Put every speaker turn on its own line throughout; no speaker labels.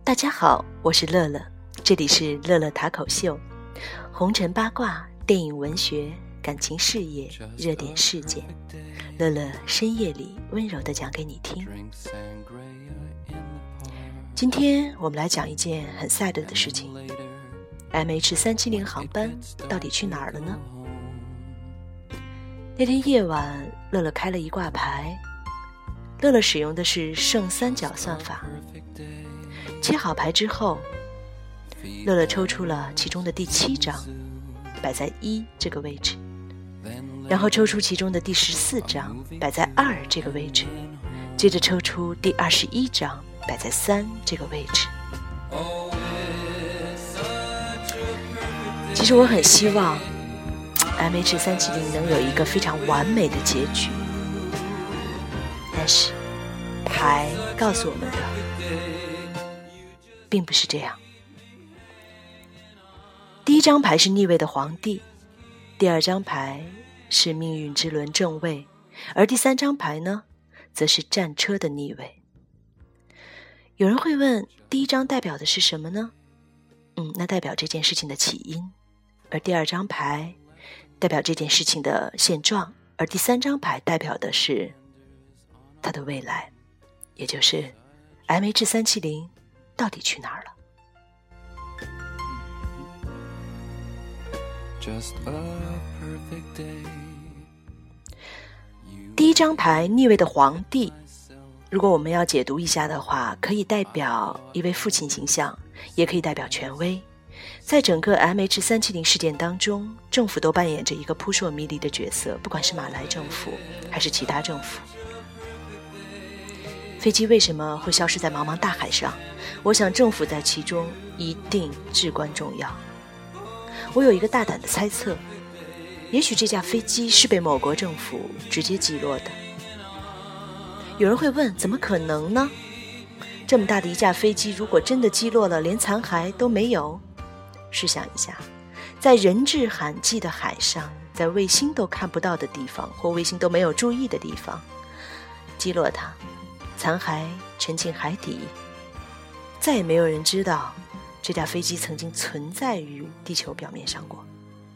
大家好，我是乐乐，这里是乐乐塔口秀，红尘八卦、电影文学、感情事业、热点事件，乐乐深夜里温柔地讲给你听。今天我们来讲一件很 sad 的事情， MH370 航班到底去哪儿了呢？那天夜晚，乐乐开了一挂牌，乐乐使用的是圣三角算法。切好牌之后，乐乐抽出了其中的第7张，摆在1这个位置，然后抽出其中的第14张，摆在2这个位置，接着抽出第21张，摆在3这个位置。其实我很希望 MH370 能有一个非常完美的结局，但是牌告诉我们的并不是这样。第1张牌是逆位的皇帝，第2张牌是命运之轮正位，而第3张牌呢，则是战车的逆位。有人会问，第1张代表的是什么呢？那代表这件事情的起因，而第2张牌代表这件事情的现状，而第3张牌代表的是它的未来，也就是 MH370 到底去哪儿了。第1张牌逆位的皇帝，如果我们要解读一下的话，可以代表一位父亲形象，也可以代表权威。在整个 MH370 事件当中，政府都扮演着一个扑朔迷离的角色，不管是马来政府还是其他政府。飞机为什么会消失在茫茫大海上？我想政府在其中一定至关重要。我有一个大胆的猜测，也许这架飞机是被某国政府直接击落的。有人会问，怎么可能呢？这么大的一架飞机，如果真的击落了，连残骸都没有？试想一下，在人迹罕至的海上，在卫星都看不到的地方，或卫星都没有注意的地方，击落它，残骸沉进海底，再也没有人知道这架飞机曾经存在于地球表面上过。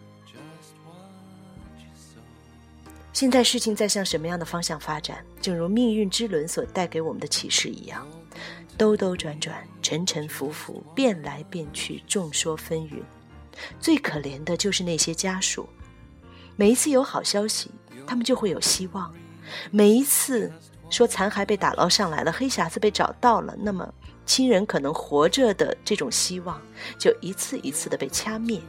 现在事情在向什么样的方向发展？正如命运之轮所带给我们的启示一样，兜兜转转，沉沉浮浮，变来变去，众说纷纭。最可怜的就是那些家属，每一次有好消息，他们就会有希望；每一次说残骸被打捞上来了，黑匣子被找到了，那么亲人可能活着的这种希望就一次一次的被掐灭。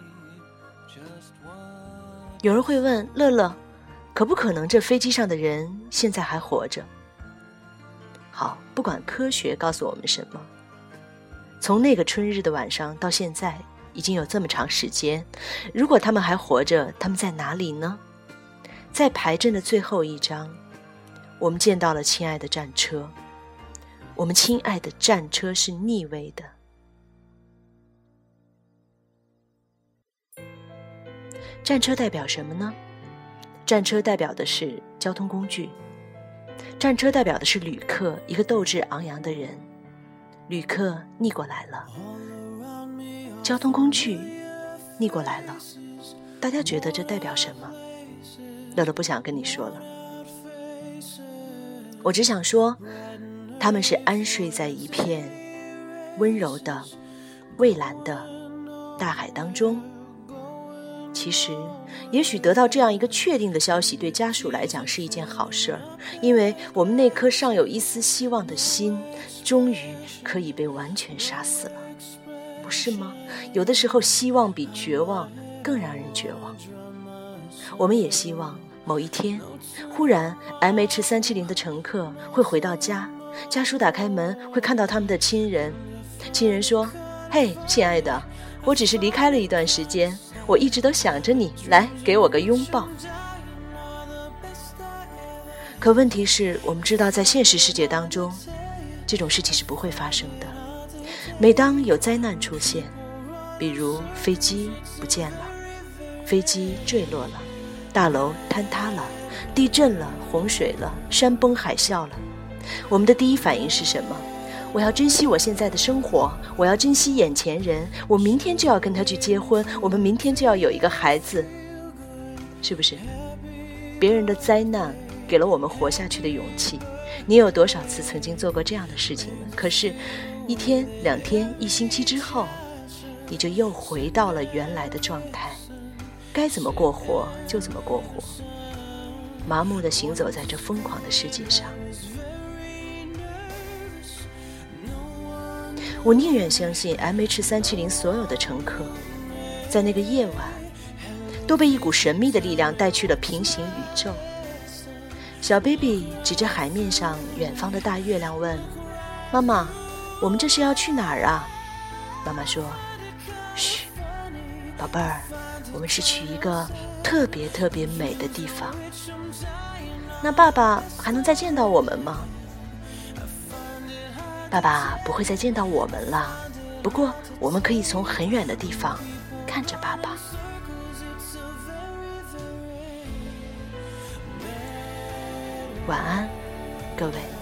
有人会问，乐乐，可不可能这飞机上的人现在还活着？好，不管科学告诉我们什么，从那个春日的晚上到现在已经有这么长时间，如果他们还活着，他们在哪里呢？在牌阵的最后一张，我们见到了亲爱的战车，我们亲爱的战车是逆位的。战车代表什么呢？战车代表的是交通工具，战车代表的是旅客，一个斗志昂扬的人。旅客逆过来了，交通工具逆过来了，大家觉得这代表什么？乐乐不想跟你说了，我只想说，他们是安睡在一片温柔的蔚蓝的大海当中。其实也许得到这样一个确定的消息，对家属来讲是一件好事儿，因为我们那颗尚有一丝希望的心终于可以被完全杀死了，不是吗？有的时候希望比绝望更让人绝望。我们也希望某一天，忽然 MH370 的乘客会回到家，家属打开门会看到他们的亲人，亲人说，嘿，亲爱的，我只是离开了一段时间，我一直都想着你，来给我个拥抱。可问题是，我们知道在现实世界当中，这种事情是不会发生的。每当有灾难出现，比如飞机不见了，飞机坠落了，大楼坍塌了，地震了，洪水了，山崩海啸了，我们的第一反应是什么？ 我要珍惜我现在的生活，我要珍惜眼前人，我明天就要跟他去结婚，我们明天就要有一个孩子，是不是？别人的灾难给了我们活下去的勇气。你有多少次曾经做过这样的事情呢？可是1天、2天、1星期之后，你就又回到了原来的状态，该怎么过活就怎么过活，麻木地行走在这疯狂的世界上。我宁愿相信 MH370 所有的乘客在那个夜晚都被一股神秘的力量带去了平行宇宙。小 baby 指着海面上远方的大月亮问：妈妈，我们这是要去哪儿啊？妈妈说：嘘，宝贝儿，我们是去一个特别特别美的地方。那爸爸还能再见到我们吗？爸爸不会再见到我们了，不过我们可以从很远的地方看着爸爸。晚安，各位。